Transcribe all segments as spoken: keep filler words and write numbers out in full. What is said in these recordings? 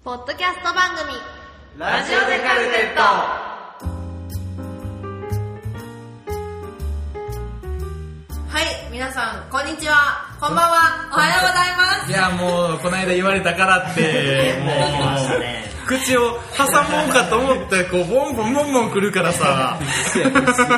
ポッドキャスト番組ラジオデカルテット。 はい、皆さんこんにちは、こんばんは、おはようございます。 いやもうこの間言われたからってもう口を挟もうかと思ってこうボンボンボンボン来るからさそん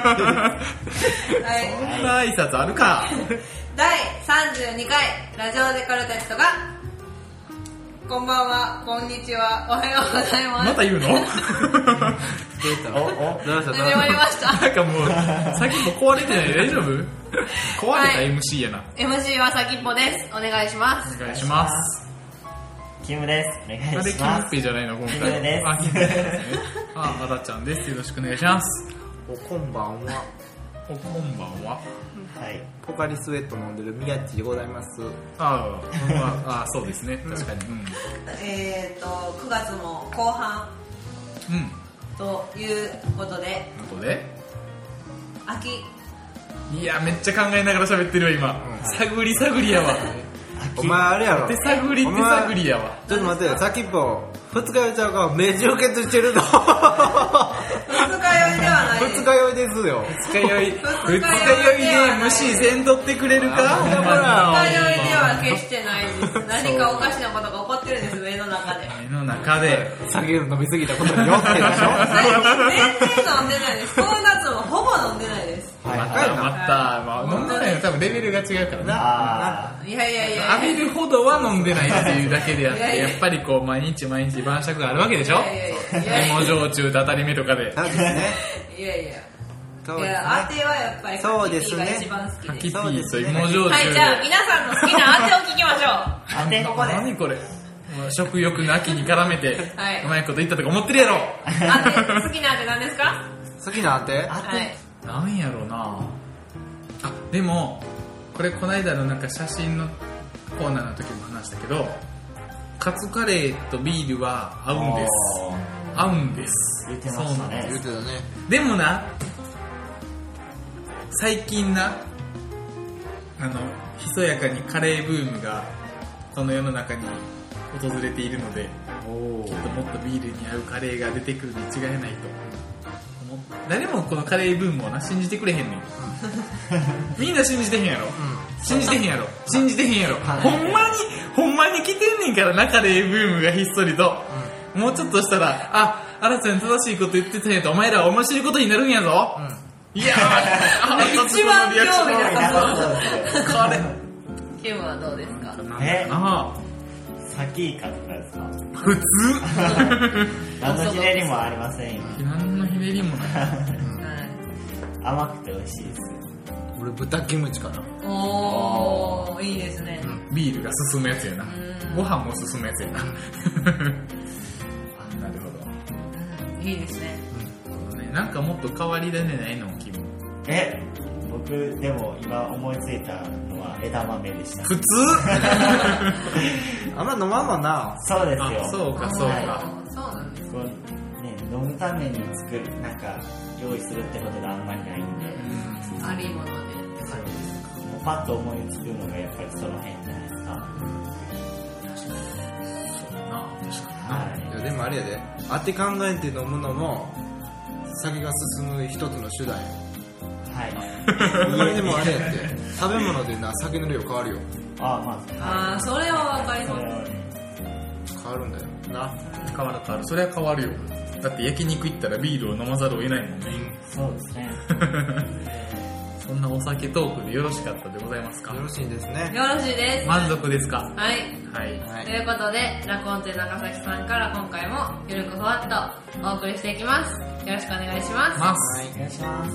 な挨拶あるか。 だいさんじゅうにかいラジオデカルテットがこんばんは、こんにちは、おはようございます。 また言うのおおどうしたどう始まりましたなんかもう先も壊れてない大丈夫？壊れた エムシー やな、はい、 エムシー はさきっぽです。お願いします。 お願いします。 キムです。お願いします。 あれキムッペじゃないの今回。 キムです。 あ、キムですね。あ、まだちゃんです。よろしくお願いします。 おこんばんは。 おこんばんは。 はい。 ポカリスエット飲んでる宮地でございます。 ああ、ああ、そうですね。確かに。うん、 えっとくがつも後半。 うん。 ということで。 ことで。 秋。 いやめっちゃ考えながら喋ってるわ今、うん、探り探りやわお前あれやろ手探り手探りやわ。 ちょっと待ってよ、先っぽ二日酔いちゃうか、目充血してるぞ二日酔いではないです。 二日酔いですよ。 二日酔い二日酔いで虫せんとってくれるか。 二日酔いでは決してないです。何かおかしなことが起こってるんです、目の中で。 目の中で酒飲みすぎたことによってでしょ。 全然飲んでないです。この夏もほぼ飲んでないです。 またまた、まあ、飲んでないの多分レベルが違うからな。 あいやいやいや浴びるほどは飲んでないっていうだけであって、いやいややっぱりこう毎日毎日晩酌があるわけでしょ。芋焼酎と当たり目とかで。 そうですね。 いやいやそうですね。 いや、当てはやっぱりカキピーが一番好きです。 カキピーと芋焼酎。 はい、じゃあ皆さんの好きな当てを聞きましょう。 当てここで。 何これ。食欲の秋に絡めて、 はい、 うまいこと言ったとか思ってるやろ。 当て、好きな当て何ですか？ 好きな当て？ はい。 なんやろうなあ。でもこれこの間のなんか写真のコーナーの時も話したけど、カツカレーとビールは合うんです。合うんです。 言ってましたね。 言ってたね。 でもな、最近な、あのひそやかにカレーブームがこの世の中に訪れているので、きっともっとビールに合うカレーが出てくるに違いないと。誰もこのカレーブームをな信じてくれへんねん、うん、みんな信じてへんやろ、うん、信じてへんやろ信じてへんやろ、はい、ほんまにほんまに来てんねんからな、カレーブームがひっそりと、うん、もうちょっとしたら、あ、あらちゃん正しいこと言ってたんやと、お前らは面白いことになるんやぞ、うん、いやー一番興味なさそうカレーキムはどうですか？ えあサキイカとかですか？ 普通何のひねりもありませんよ。 何のひねりもない甘くて美味しいです。 俺豚キムチかな。 おー、いいですね。 ビールが進むやつやな。ご飯も進むやつやな。なるほど。いいですね。 うん、なんかもっと変わり種ないの気分。 え、僕でも今思いついたのは枝豆でした。 普通あんま飲まんもんな。 そうですよ。 そうかそうか。 そうなんです。 こうね、飲むために作る、なんか用意するってことがあんまりないんで、 うん、ありもので。 そうですか。もうパッと思いつくのがやっぱりその辺じゃないですか。 そうだな、確かに。 はい。 いやでもあれやで、当て考えて飲むのも酒が進む一つの手段や。 はい。 でもあれやって、食べ物でな、酒の量変わるよ。 ああ、まあ、あー、それはわかります。 変わるんだよな。 変わる変わる、それは変わるよ。だって焼肉行ったらビールを飲まざるを得ないもんね。 そうですね。 そんなお酒トークでよろしかったでございますか？ よろしいですね。 よろしいです。 満足ですか？ はい。 はい。 はい、 ということで、ラコンテ長崎さんから今回もゆるくふわっとお送りしていきます。よろしくお願いします。 ます。 はい、お願いします。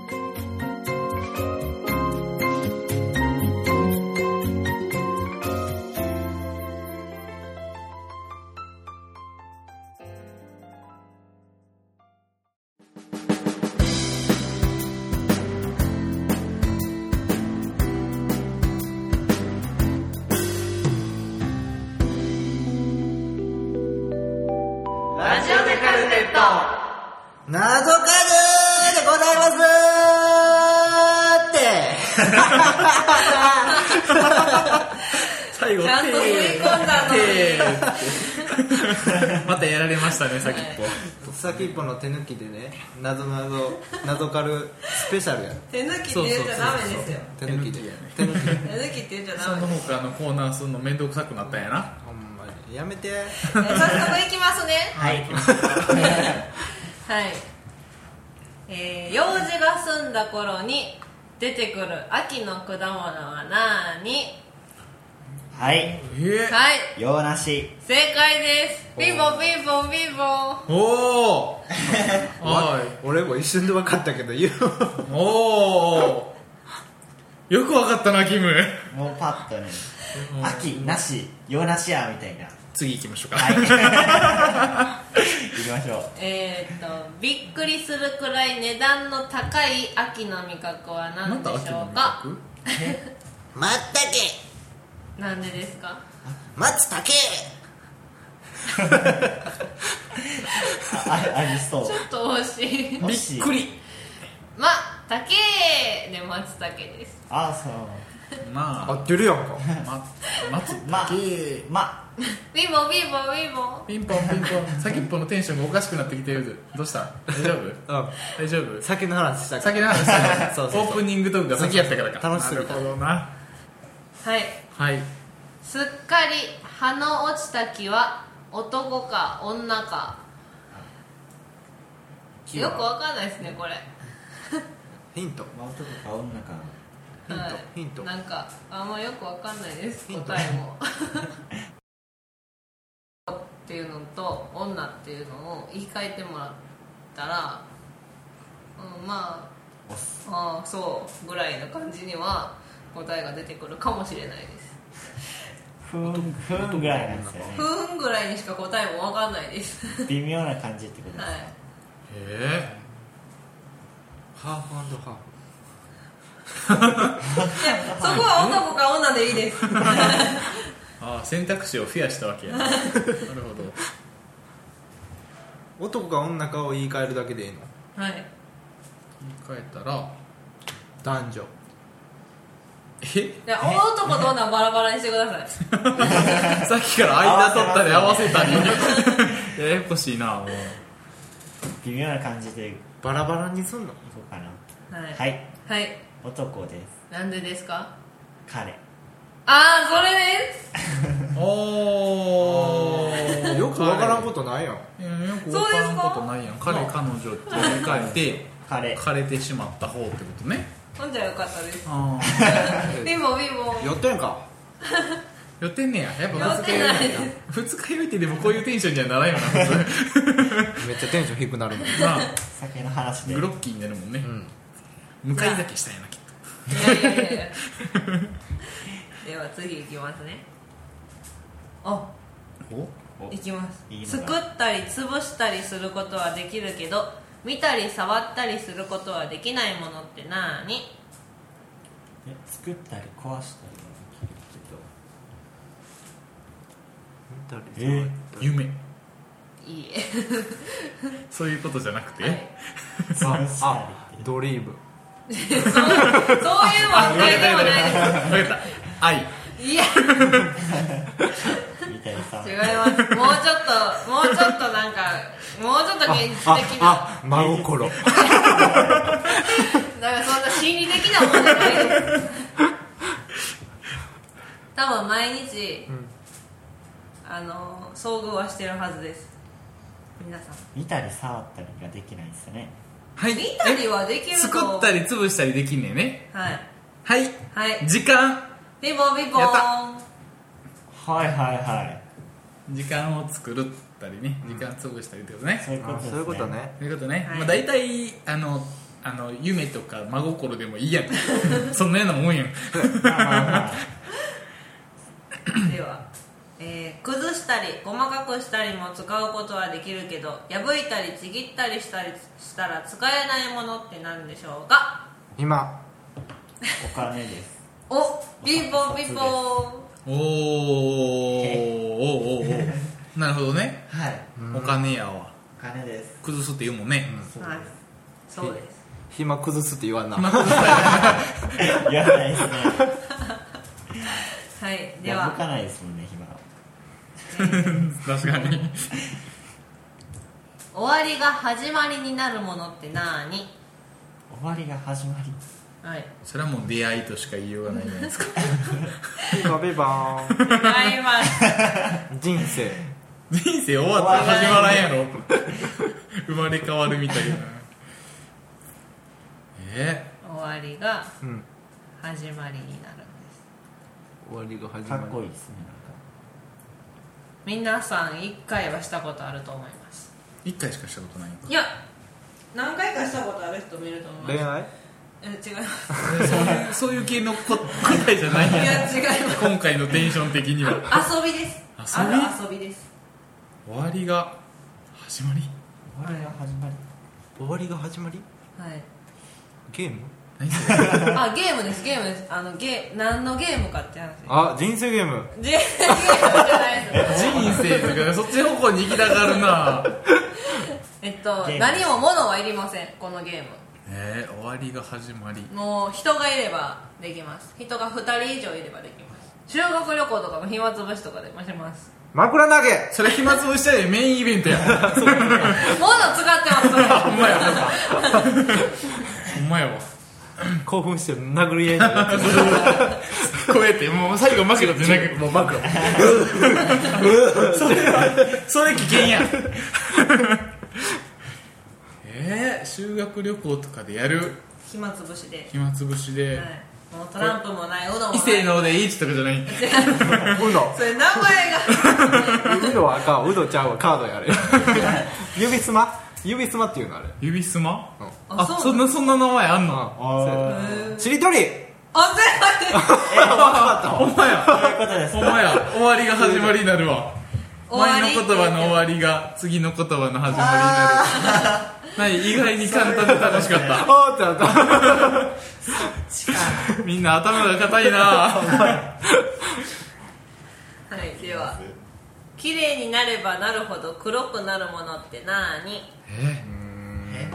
謎かるでございますって最後ちゃんと踏み込んだのに手ーまたやられましたね先っぽ、 先っぽの手抜きでね、なぞなぞ謎かるスペシャルや。 手抜きって言っちゃダメですよ。 手抜きで手抜きやね手抜きで手抜きって言っちゃダそのメです。 他のコーナーするの面倒くさくなったんやな。 ほんまにやめて。 え早速いきますね。 はいはい。えー、用事が済んだ頃に出てくる秋の果物はなーに？ はいえー、 はい、 洋梨。 正解です。ピンポンピンポンピンポン。 おおは俺も一瞬で分かったけど言う。 いおおよくわかったなキム。 もうパッとね秋なし洋梨やみたいな。 次行きましょうか。 はい行きましょう。 えーっと、びっくりするくらい値段の高い秋の味覚は何でしょうか？ まったけなんでですか？ 松茸。 ああありそうちょっと惜しい。 びっくり。 ま、竹で松茸です。 あそうまあ合ってるやんか。 ま松ま茸まピンポンピンポンピンポン。 ピンポンピンポン先っぽのテンションがおかしくなってきてる。どうした大丈夫うん大丈夫先の話した先の話したねそうそうそうオープニングトークが先やったからか。 楽しすぎたなるほどな。 はい。 はいすっかり葉の落ちた木は男か女か。よくわかんないですねこれ。 ヒントま男か女か。 ヒントはいヒントなんかあんまよくわかんないですヒント答えも。っていうのと女っていうのを言い換えてもらったら、うん、ま押すあああそうぐらいの感じには答えが出てくるかもしれないです。 ふんふんぐらいなんですよね。 ふーんぐらいにしか答えもわかんないです。 微妙な感じってことです。 はい。 えハーフハーフいやそこは男か女でいいです。 ー、ああ選択肢を増やしたわけやな。なるほど。 男か女かを言い換えるだけでいいの？ はい。 言い換えたら男女。 えいや男と女はバラバラにしてください。 さっきから間取ったり合わせたりややこしいなもう。 微妙な感じでいこバラバラにすんの？ うかな。 はい。 はいはい。 男です。 なんでですか？ 彼。 ああそれです。 おーよくわからんことないやん。 いやよくわからんことないやん。彼彼女って言い換えて彼。 枯れてしまった方ってことね。 ほんじゃよかったです。 あビンボビンボ。 寄ってんか。 寄ってんねや。やっぱ寄ってないです。 二日酔いってでもこういうテンションにはならんよな普通。 めっちゃテンション低くなるもん。 なあ酒の話でグロッキーになるもんね。 うん。 向かい酒したんやなきっいやいやいやいや。では次いきますね。あ、 と。おおいきますいい。の作がったり潰したりすることはできるけど、見たり触ったりすることはできないものってなーに？ え作ったり壊したりはできるけど。え夢。 いいえ。 そういうことじゃなくて。 はい潰したりあって。 ドリーム。 そう、そういう問題ではないわかった。愛。 です。いや、 みたいなさ。 違います。もうちょっと、もうちょっとなんか、もうちょっと現実的な。 あ、あ、真心。 だからそんな心理的なものじゃないです。多分毎日、 うんあの遭遇はしてるはずです。皆さん。 見たり触ったりができないんですよね。 はい。 見たりはできると。 作ったり潰したりできんねんね。 はい。 はい。 はい。 時間。 ピンポンピンポン。 やったはいはいはい。 時間を作るったりね。時間潰したりってことね。 そういうことですね。 あそういうことね。 そういうことね。 はいまあ大体、あの、あの、夢とか真心でもいいやん。そんなようなもんやん。 まあまあまあ。 では、えー、崩したり細かくしたりも使うことはできるけど、破いたりちぎったりしたりしたら使えないものって何でしょうか？ 今。 お金です。 お、ピンポンピンポン。 おー、おー、おー、おー。なるほどね。 はい。 お金やわ。 お金です。 崩すって言うもんね。 はいそうです。、 そうです。 暇崩すって言わんな。 まあ崩したら言わないですね。 はいで破はかないですもんね暇は。 確かに。 終わりが始まりになるものってなーに？ 終わりが始まり。 はい、 それはもう出会いとしか言いようがないじゃないですか。 ビバーン。 違います人生。 人生終わったら始まらんやろ。生まれ変わるみたいな。え終わりがうん。 始まりになるんです。 終わりが始かまり。 っこいいですね。 皆さんいっかいはしたことあると思います。 ー、一回しかしたことないのか。 いや何回かしたことある人もいると思います。 恋愛？ え違いますそういうそういう系のこ答えじゃないんいや。 や違います今回のテンション的には。 遊びです。 遊びある遊びです。 終わりが始まり。 終わりが始まり。 終わりが始まり？ はいゲーム？ 何それ。 あゲームですゲームです。あのゲ何のゲームかって話です。 あ、人生ゲーム。 ゲームじゃないです人生とかそっち方向に行きたがるな。 えっとゲーム何も物はいりませんこのゲーム。 えー、終わりが始まり。 もう人がいればできます。人がふたり以上いればできます。修学旅行とかも暇つぶしとかでもします。 枕投げ。 それ暇つぶしちゃえメインイベントや。 物使ってますそれほんまや。ほんまやわ。 興奮して殴り合いになってる。 こうやってもう最後負けたってなくもう暴露。それはそれ危険や。えー、修学旅行とかでやる暇つぶしで、 暇つぶしで、 はい、もうトランプもないうどんもない異性のでいいとかじゃない。 違ううど。 それ名前がうどはあかん。うどちゃうわ。カードやれ。指すま？指すまっていうのあれ。 指すま？ うんあ、 あそうそんなそんな名前あんの？ あーしりとり。 あ全然ほんまや。 そういうことですほんまや。終わりが始まりになるわ。前の言葉の終わりが次の言葉の始まりになる。ない意外に簡単で楽しかった。 あーってなった。 みんな頭が硬いな。 はいでは綺麗になればなるほど黒くなるものってなーに？ ええ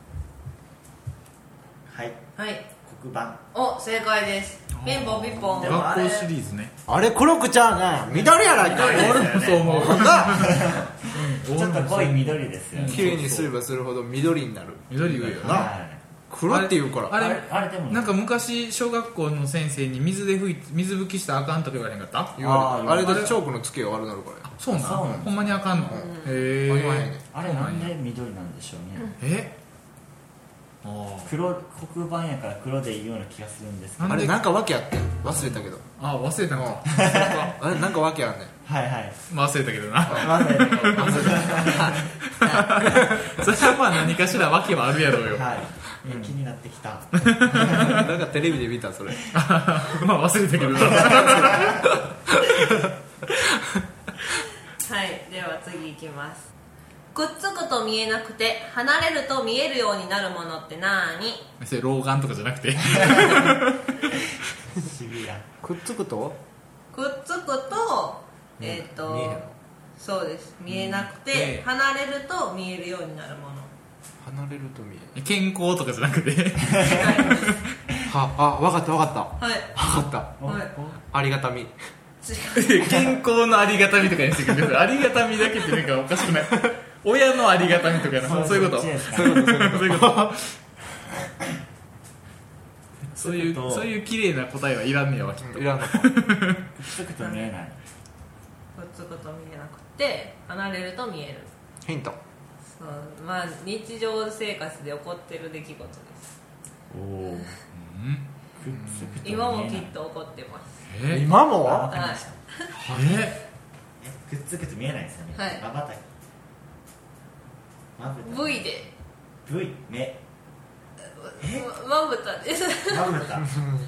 はいはい黒板。 お正解です。ピンポンピンポン。 でも学校シリーズね。 あれ黒くちゃうね。緑やないか。 俺もそう思う。 ちょっと濃い緑ですよね。 綺麗にすればするほど緑になる。 緑がいいよな。 はい黒って言うから。 あれあれあれでもなんか昔小学校の先生に水で拭い水拭きしたらあかんとか言われへんかった？ 言われる。ああーれでチョークの付けが悪くなるからや。 そうなんそうなんほんまにあかんの？へあえ言わへんね。 あれなんで緑なんでしょうね。 えあー黒黒板やから黒でいいような気がするんですけど。 なんであれなんか訳あって忘れたけど。 あ忘れたのか。 あれなんか訳あんねん。 はいはい。 まあ忘れたけどな。 まずそれはまあ何かしら訳はあるやろうよ。 はい。気になってきた。 なんかテレビで見たそれ。 まあ忘れたけどな。 はいでは次いきます。くっつくと見えなくて離れると見えるようになるものってなーに？ それ老眼とかじゃなくて。 不思議や。 くっつくとくっつくとえっ、と見えへんのそうです見えなくて、 で離れると見えるようになるもの。 離れると見える。 健康とかじゃなくて。 はあ、わかったわかった。 はいわかった。 おはいありがたみ。 違う健康のありがたみとかにしてくれる。ありがたみだけってなんかおかしくない？親のありがたみとかのそういうこと。 そっちですかそういうことそういうことそういうこと。そういうくっつくとそういう綺麗な答えはいらんねやわきっと。 いらんのか。 くっつくと見えない。 くっつくと見えなくて離れると見える。 ヒント。 そうまあ日常生活で起こってる出来事です。 おお。 うんくっつくと見えない。 今もきっと起こってます。 え今もあわかりました。 ええくっつくと見えないですよね。 はいまばたき。まぶた。 V で V 目。 まぶたです。 まぶた。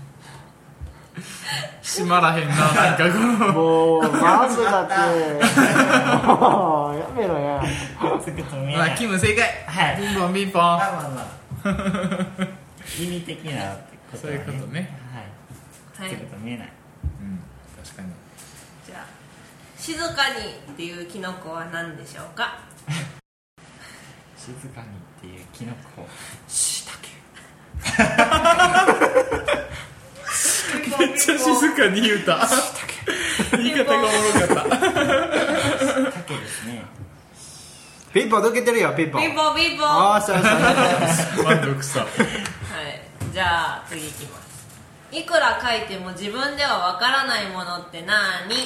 閉まらへんななんかこのもう、まぶたって。もう、やめろや。 くっつくと見えまあない。 キム正解。 はい。 ピンポンピンポン。 まあまあまあ。意味的なことそういうことね。 はい。くっつくと見えない。 うん確かに。 じゃあ静かにっていうキノコは何でしょうか？ 静かにっていうキノコ。 しいたけ。 ポめっちゃ静かに言うた言い方がおもろかった竹ですね。 ピンポン抜けてるよピンポン。 ピンポンピンポン。 あはあそうそうそう満足したい、じゃあ次いきます。いくら書いても自分ではわからないものってなーに？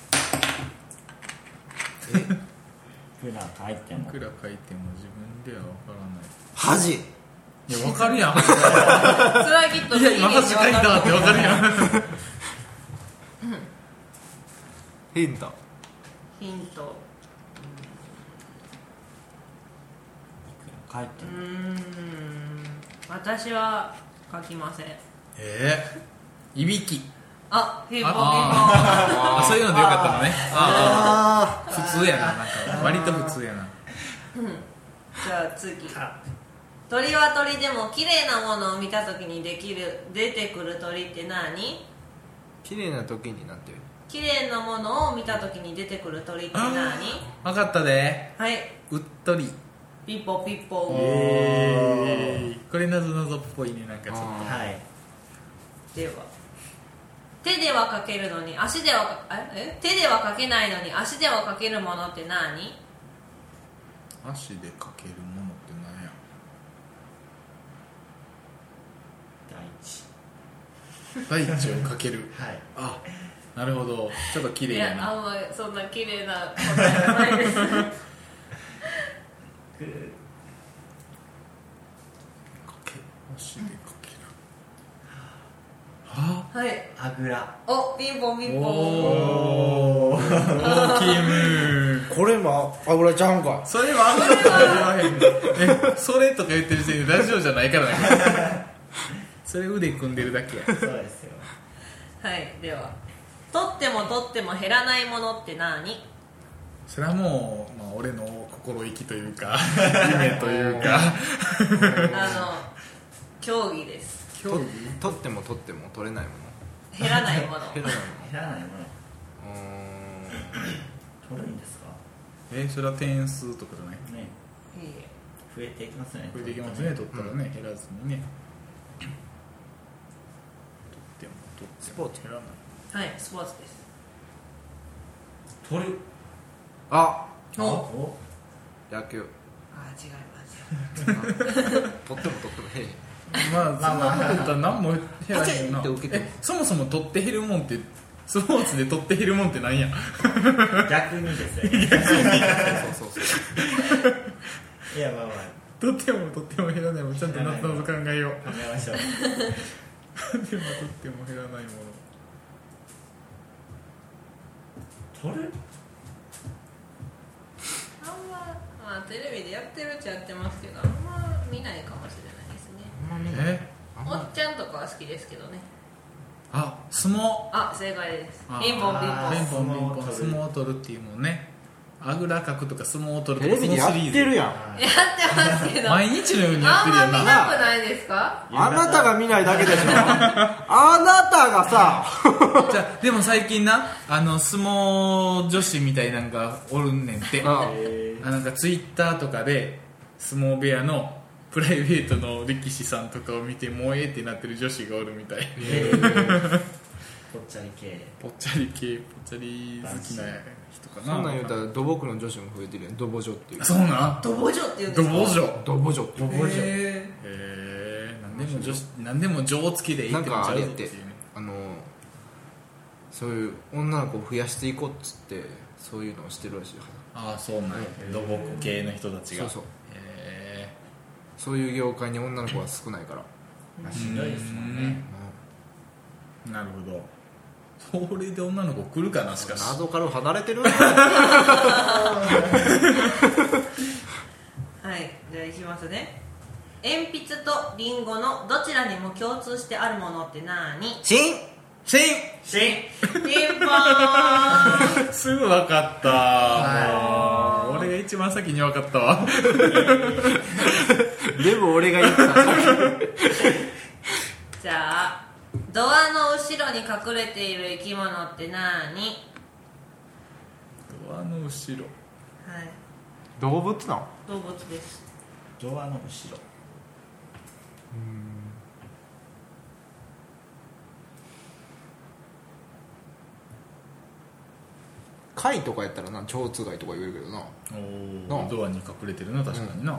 いくら書いてもいくら書いても自分ではわからない恥。 いや、わかるやん。 それはきっといや、今恥書いたってわかるやん。 ヒント。 ヒント。 書いてうーもん、私は書きません。 えー、いびき。 あ、ピンポンピンポン。 ああ、そういうのでよかったのね。あああ、普通やな、なんか、割と普通やな。 じゃあ次。鳥は鳥でも綺麗なものを見たときにできる出てくる鳥って何？ 綺麗な時になってる。 綺麗なものを見たときに出てくる鳥って何？ わかったで。 はい、 うっとり。 ピッポピッポ。 えー、これなぞなぞっぽいね、なんかちょっと。 はい。 では、手では書けるのに足ではかええ手では書けないのに足では書けるものって何？ 足で書けるものって何や。 第一。 大地を書ける。 はい。 あ、なるほど。ちょっと綺麗やいや、 な。 あんまりそんな綺麗な答えはないです足で書ける。ははい、 あぐら。 お、ピンポンピンポン。 おー、大きいムー。 これもあぐらちゃうんか。 それはあんまり言わへんの。え、それとか言ってる時点でラジオじゃないからね。それ腕組んでるだけや。 そうですよ。 はい、では、取っても取っても減らないものって何？ それはもう、まあ、俺の心意気というか夢というかあの競技です。 競技取っても取っても取れないもの。 減らないもの。 減らないも減らないもの。 の。う取るんですかえそれは点数とかじゃないね。 いいえ。 増えていきますね。 増えていきますね、取ったらね、減らずにね。取っても取ってもスポーツ減らない。 はい、スポーツです。 取る。 ーんあお、 お。 野球。 あ、違います。 取っても取っても減れへん。 まあ、そんなこと言ったら何も減らへんな。 パチンって受けてえ、そもそも取って減るもんって、スポーツで取って減るもんってなんや。 逆にですね。 そうそうそう。 いや、まあまあ。 取っても取っても減らないもん、ちゃんと夏の考えよう。 考えましょう。 でも取っても減らないもの。 取る。 あんま、まあテレビでやってるっちゃやってますけど、あんま見ないかもしれないですね。 えおっちゃんとかは好きですけどね。 あ、相撲。 あ、正解です。 あピンポンピンあポン。 ピンポンピンポン、 相相撲を取るっていうもんね。あぐらかくとか相撲を取るとかテレビでやってるやん。 やってますけど。 毎日のようにやってるやんあんま見な。 なくないですか？ あなたが見ないだけでしょ。あなたがさ。 じゃあでも最近な、あの相撲女子みたいなんがおるんねんて。ああなんかツイッターとかで相撲部屋のプライベートの力士さんとかを見てもうええってなってる女子がおるみたい。 ぽっちゃり系。 ぽっちゃり系、ぽっちゃり好きな人かな。 そんなん言うたら土木の女子も増えてるやん。土木女っていう。 そうなん。 ドボジョって言うんですか？ ドボ女。 土木女っていう。 土木女。 へえ、なんでも女子、なんでも女付きでいいってなんかあれっていうね。 あのそういう女の子を増やしていこうっつってそういうのをしてるらしい。 ああ、そうなんや。土木系の人たちが。 そうそう。 へそういう業界に女の子は少ないから。 まあしんどいですもんね。 え、なるほど。それで女の子来るかな、しかし。 謎から離れてる。 はい、じゃあいきますね。鉛筆とリンゴのどちらにも共通してあるものってなーに？ チンシしん。 ピンポーン。 ンすぐ分かった。もう俺が一番先に分かったわ。 でも俺が言った。 じゃあ、ドアの後ろに隠れている生き物ってなーに？ ドアの後ろ。 はい、 動物なの？ 動物です。 ドアの後ろ。 貝とかやったらな蝶つがいとか言えるけどなおードアに隠れてるな確かにな、うん、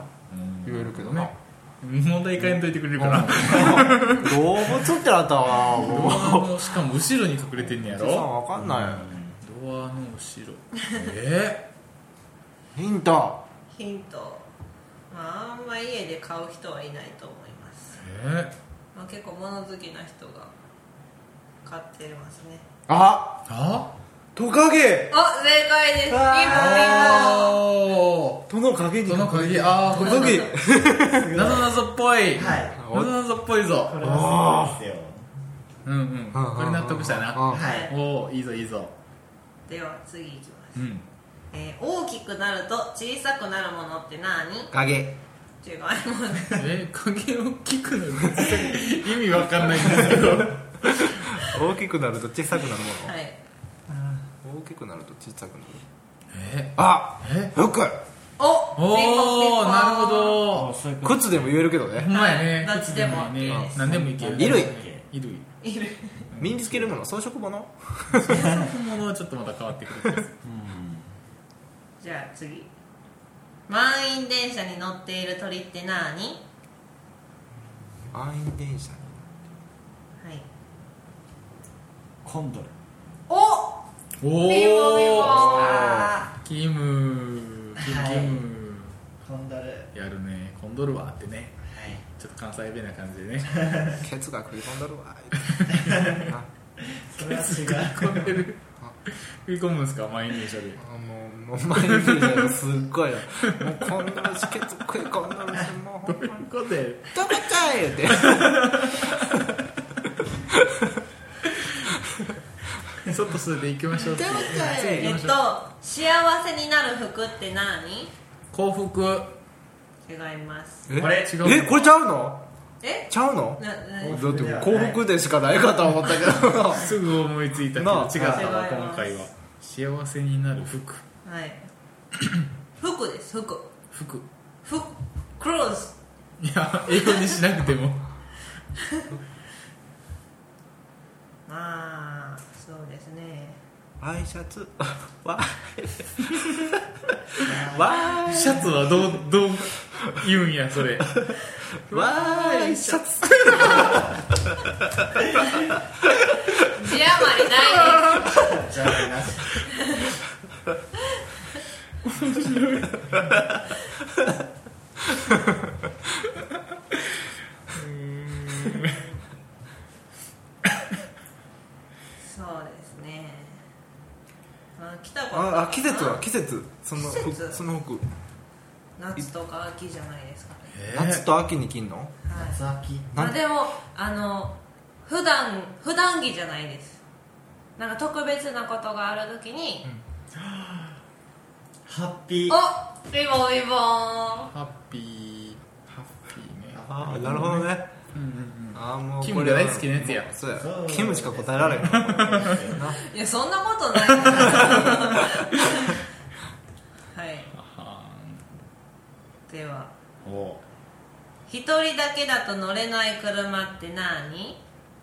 言えるけどな、 問題変えんといてくれるかな、 動物ってなったわドアのしかも後ろに隠れてんねやろ分かんない、 ドアの後ろえー、ヒントヒント、まあ、あんま家で買う人はいないと思います、 えまあ、結構物好きな人が買ってますね。 ああトカゲあ、正解です。ピンポンあトの影にその鍵ああこれトカゲなぞなぞっぽいはいなぞなぞっぽいぞこれはそうですよ。 うんうんこれ納得したなはいおおいいぞいいぞピンポン。では次いきます、 うんえー大きくなると小さくなるものって何？ 影違いますえ影大きくなる意味わかんないんですけど大きくなると小さくなるもの、 はい。 大きくなると小さくなるえあえ服お、ピンポンピンポン。 おおなるほどあそういうこと靴でも言えるけどほんねまやねどっちでもね OK です何でもいける衣類衣類いる。 身につけるもの装飾物本物はちょっとまた変わってくる気がするじゃあ次。満員電車に乗っている鳥って何？ 満員電車はい。 コンドル。 お、 おピンポンピンポン。 あキムキムはいキムコンドル。はい。 やるねコンドルワーってねちょっと関西弁な感じでねケツが食い込んどるわそれは違う。 食い込んでる食い込むんですか満員電車であもうもう満員電車がすっごいなもうこんなしケツ食い込んどるしもうほんまにここで食べたいってちょっとそれで行きましょうって食べたいえっと、幸せになる服って何？ 幸福違います。 えこれ違うえこれちゃうのえ？ ちゃうのな、な、 だって幸福でしかないかと思ったけどすぐ思いついたけどなあ違ったわ違います今回は幸せになる服はい。服です。服。 服服。クローズ。 いや英語にしなくてもまあ、そうですね。 ワイシャツわわシャツはどうどう言うんやそれわーいシャツ字余りないです。 じゃあなし。 そうですね。まあ、来たことああ季節は季節その季節服その服夏とか秋じゃないですかね。 えー夏と秋に着んのはい。 夏秋。 まあでもあの普段普段着じゃないです。なんか特別なことがあるときに、 ハッピー。 お、ピンポンピンポン。 ハッピーハッピーねああなるほどねうんうんうんああもうキムが大好きなやつやそうやそうキムしか答えられんないやそんなことないからはいはではーお一人だけだと乗れない車って何？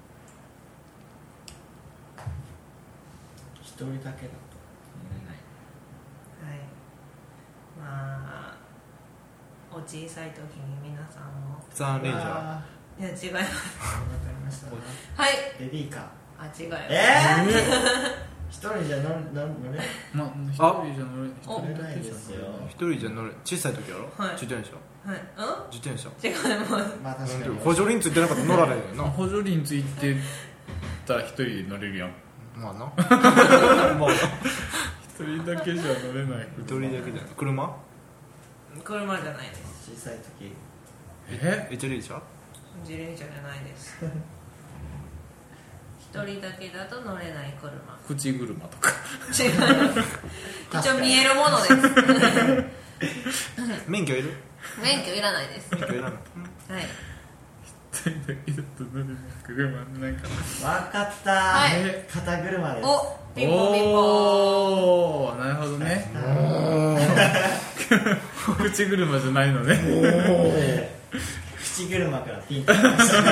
一人だけだと乗れない。 はいまあお小さい時に皆さんもザンレンジャーあいや違いますーわかりました。 はいベビーカー。 あ違いますえー一人じゃ乗乗乗れない。 ま一人じゃ乗れお一人だけじゃ乗れない一人じゃ乗れ小さい時やろはい自転車はい自転車うん違いますまあ確かに。 補助輪ついてなかったら乗られへんよな補助輪ついてたら一人で乗れるやんまあなもう一人だけじゃ乗れない一人だけじゃ車車じゃないです小さい時。 え一輪車自転車じゃないです一人だけだと乗れない車口車とか違います一応見えるものです免許いる免許いらないです免許いらないはい一人だけだと乗れない車なんかわかった。 はいえ肩車です。 おピンポンピンポンおおなるほどね口車じゃないのね口車からピンときました。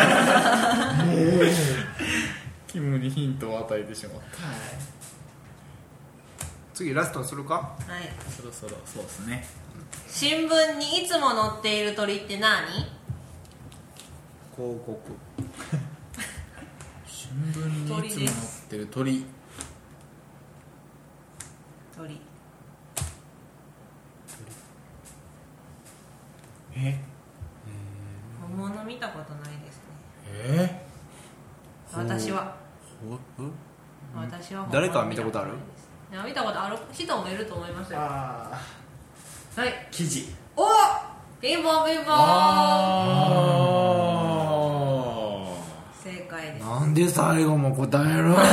はい。 キムにヒントを与えてしまった次ラストにするか。 はい、 そろそろそうですね。 新聞にいつも載っている鳥って何？ 広告。 新聞にいつも載ってる鳥。 鳥。 え本物見たことないですね。 え私はほう私は誰かは見たことある？ いや見たことある人もいると思いますよ。 あはい、 記事。 おピンポンピンポン。 あ正解です。 なんで最後も答える？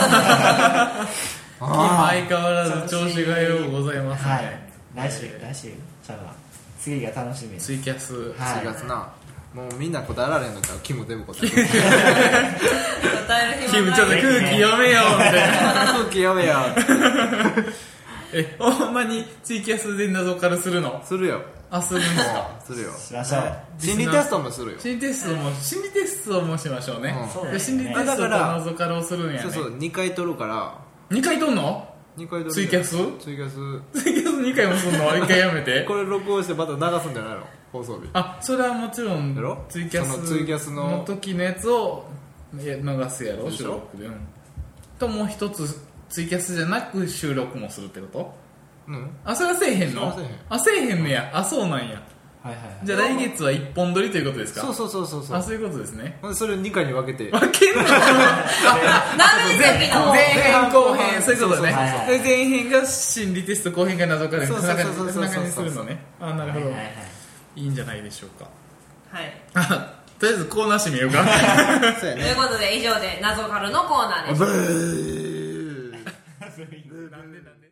あ相変わらず調子がようございますね。 はい来週来週じゃあ次が楽しみです。 ツイキャスはいしがつな。もうみんな答えられんのからキム全部答える。 答えるキムちょっと空気読めよみたいな。 空気読めよ。 えほんまにツイキャスで謎かるするの？ するよ。 あするんですか？ するよ。 しましょう。 心理テストもするよ。 心理テストも心理テストもしましょうね。 うんそうだよねで心理テストと謎かるをするんやね。 そうそうにかい取るからにかい撮んの？ にかい取る。 ツイキャス？ ツイキャス。 ツイキャスにかいもすんの？いっかいやめて。 これ録音してまた流すんじゃないの？放送日。 あそれはもちろんやろツイキャスそのツイキャスのの時のやつをいや流すやろそうでしょ収録で、うん、ともう一つツイキャスじゃなく収録もするってこと？ うん。 あそれはせえへんの？ それはせえへんあせえへんのや。あそうなんや。 はいはいはい。 じゃあ来月はいっぽん撮りということですか？ そうそうそうそうそう。 あそういうことですね。 ほんでそれをにかいに分けて。 分けんの？ 何年の前編後編そういうことね。 そうそうはいはいで前編が心理テスト後編が謎かるみたいなそうそうそうそう中にするのね。あなるほど、 はいはいはいいいんじゃないでしょうか。 はいあとりあえずコーナー締めようか。 そうやね。 ということで以上で謎かるのコーナーです。 ブー。 なんでなんで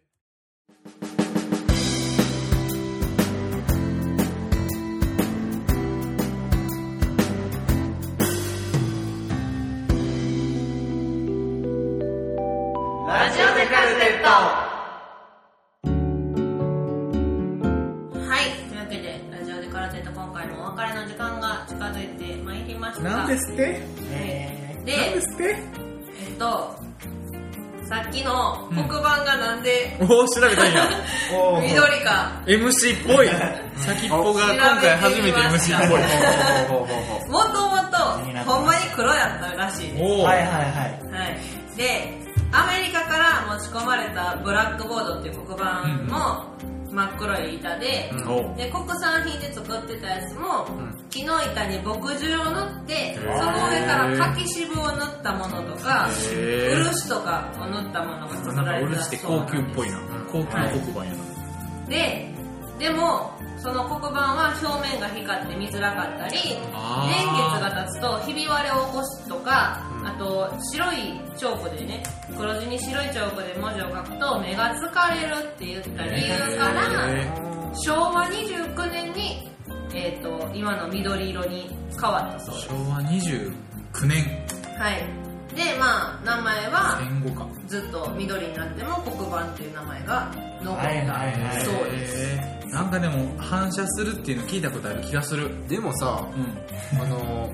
ラジオでカルテット。はい、というわけでラジオでカルテット今回もお別れの時間が近づいてまいりました。 なんですってえで、 なんですってえっとさっきの黒板がなんでおお調べたんや。 ー、おー緑か。 エムシー っぽい。先っぽが今回初めて エムシー っぽい。 ほうほうほうほうもともとほんまに黒やったらしいです。 おおはいはいはい。 はい、でアメリカから持ち込まれたブラックボードっていう黒板も真っ黒い板で、 うんおうで国産品で作ってたやつも、 ん木の板に墨汁を塗ってそーの上から柿渋を塗ったものとかへー漆とかを塗ったものが作なんられてたか漆って高級っぽいな。高級の黒板やな。 ででもその黒板は表面が光って見づらかったり年あー月が経つとひび割れを起こすとか、あと白いチョークでね黒地に白いチョークで文字を書くと目が疲れるって言った理由からへしょうわにじゅうきゅうねんに、えー、と今の緑色に変わったそうです。 昭和にじゅうきゅうねんはい、でまあ名前は戦後か。 ずっと緑になっても黒板っていう名前が残った、 はいはいはいそうです。 へーなんかでも反射するっていうの聞いたことある気がする。 でもさ、 うん。 あの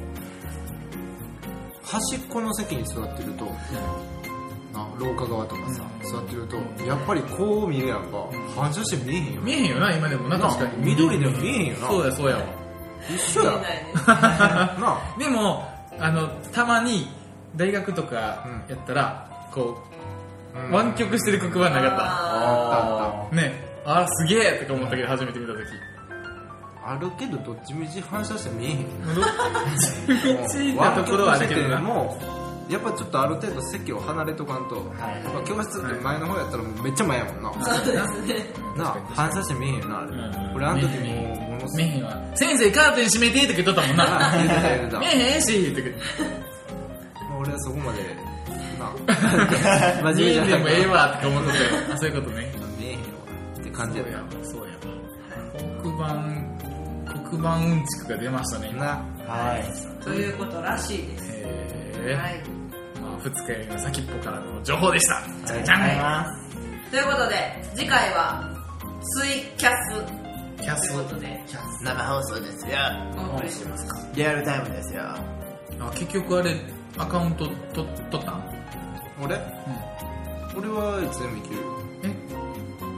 端っこの席に座ってると、な廊下側とかさ、座ってるとやっぱりこう見るやんか、反射して見えへんよ。 見えへんよな今でもな。確かに緑でも見えへんよな。 そうやそうやわ。 一緒や見えないねなあ。 でもあのたまに大学とかやったら、こうんう湾曲してる黒板なかっああたね。あーすげえとか思ったけど初めて見た時あるけどどっちみち反射して見えへんよ。 どっちなところはあるけどな。 もやっぱちょっとある程度席を離れとかんと、 はいまあ、教室って前の方やったらもうめっちゃ前やもんな、 ーそうですね。 なあ反射して見えへんよなあれ、 うん俺あの時もうものすごい見えへんわ。先生カーテン閉めてって言っとったもんな。 言うてた言うてた見えへんしって言って。 もう俺はそこまでな真見えんでもええわわって思ってたよ。あそういうことね。 見えへんわって感じやっそうやわそうやわ。黒板黒板うんちくが出ましたねた今。 な。 はい。 ということらしいです。 へはい。 ーまあ二日酔いの先っぽからの情報でした。じゃんじゃありがとうございん。 ます。 ということで次回はツイキャスキャスということで生放送ですよ。 お送りしますか。 リアルタイムですよ。 あ結局あれアカウントと取ったん？ 俺う俺はいつでもいけるよ。 ん。え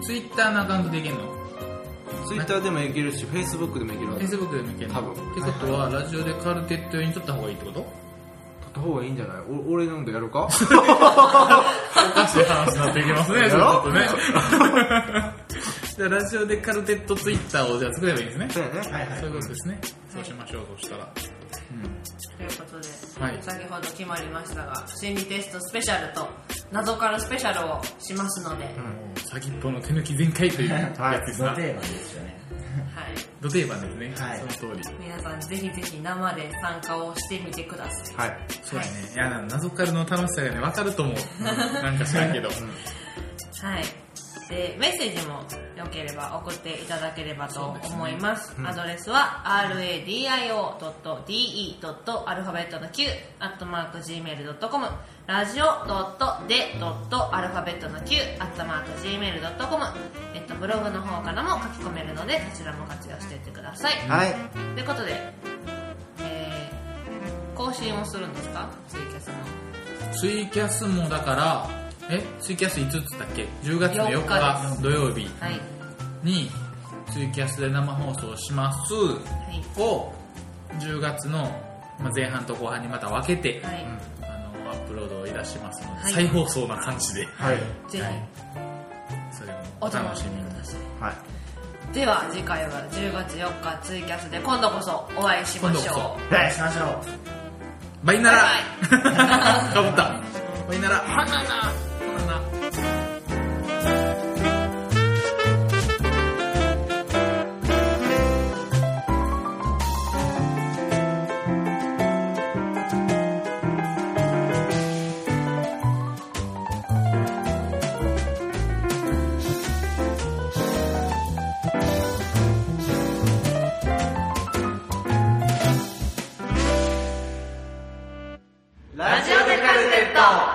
ツイッターのアカウントでいけんの？ ツイッターでもいけるし、フェイスブックでもいけるわけ。 Facebook でもいけんの？ 多分ってことは、ラジオでカルテット用に撮った方がいいってこと？ 撮った方がいいんじゃない？お俺なんでやるか？ おかしい話になっていきますね、ちょっとね。じゃあラジオでカルテットツイッターをじゃあ作ればいいんですね。 そうやね。 はいはい。 そういうことですね。そうしましょう、そしたら。 ということで、 はい先ほど決まりましたが、心理テストスペシャルと謎からスペシャルをしますので、 もう先っぽの手抜き全開というやつですな。 ド定番ですよね。 はい、 ド定番ですね。 はいその通り。 皆さんぜひぜひ生で参加をしてみてください。 はい。 そうだね。いや、謎からの楽しさがね、わかると思う。なんか知らんけど。 はい。で、メッセージもよければ送っていただければと思います。 そうですねうんアドレスは アールエーディーアイオードットディーイードットアルファベットのきゅう アットマーク ジーメールドットコム ラジオドットデドットアルファベットのきゅう アットマーク ジーメールドットコム、えっと、ブログの方からも書き込めるので、こちらも活用していってください。 はい。 ということで、えー、更新をするんですか？ツイキャスの。 ツイキャスもだから、えツイキャスいつっつったっけ？ じゅうがつのよっか土曜日はい。 にツイキャスで生放送しますはい。 をじゅうがつのまあ前半と後半にまた分けて、 はい。 あのアップロードをいたしますので、 はい再放送な感じで、 はい。 ぜひはいそれもおお楽楽ししみに。 みください。 はい。 では次回はじゅうがつよっかツイキャスで今度こそお会いしましょう。 今度こはい、しましょう。 バイナラバイバイかぶったバイナラバナナバナナラジオでカルテット。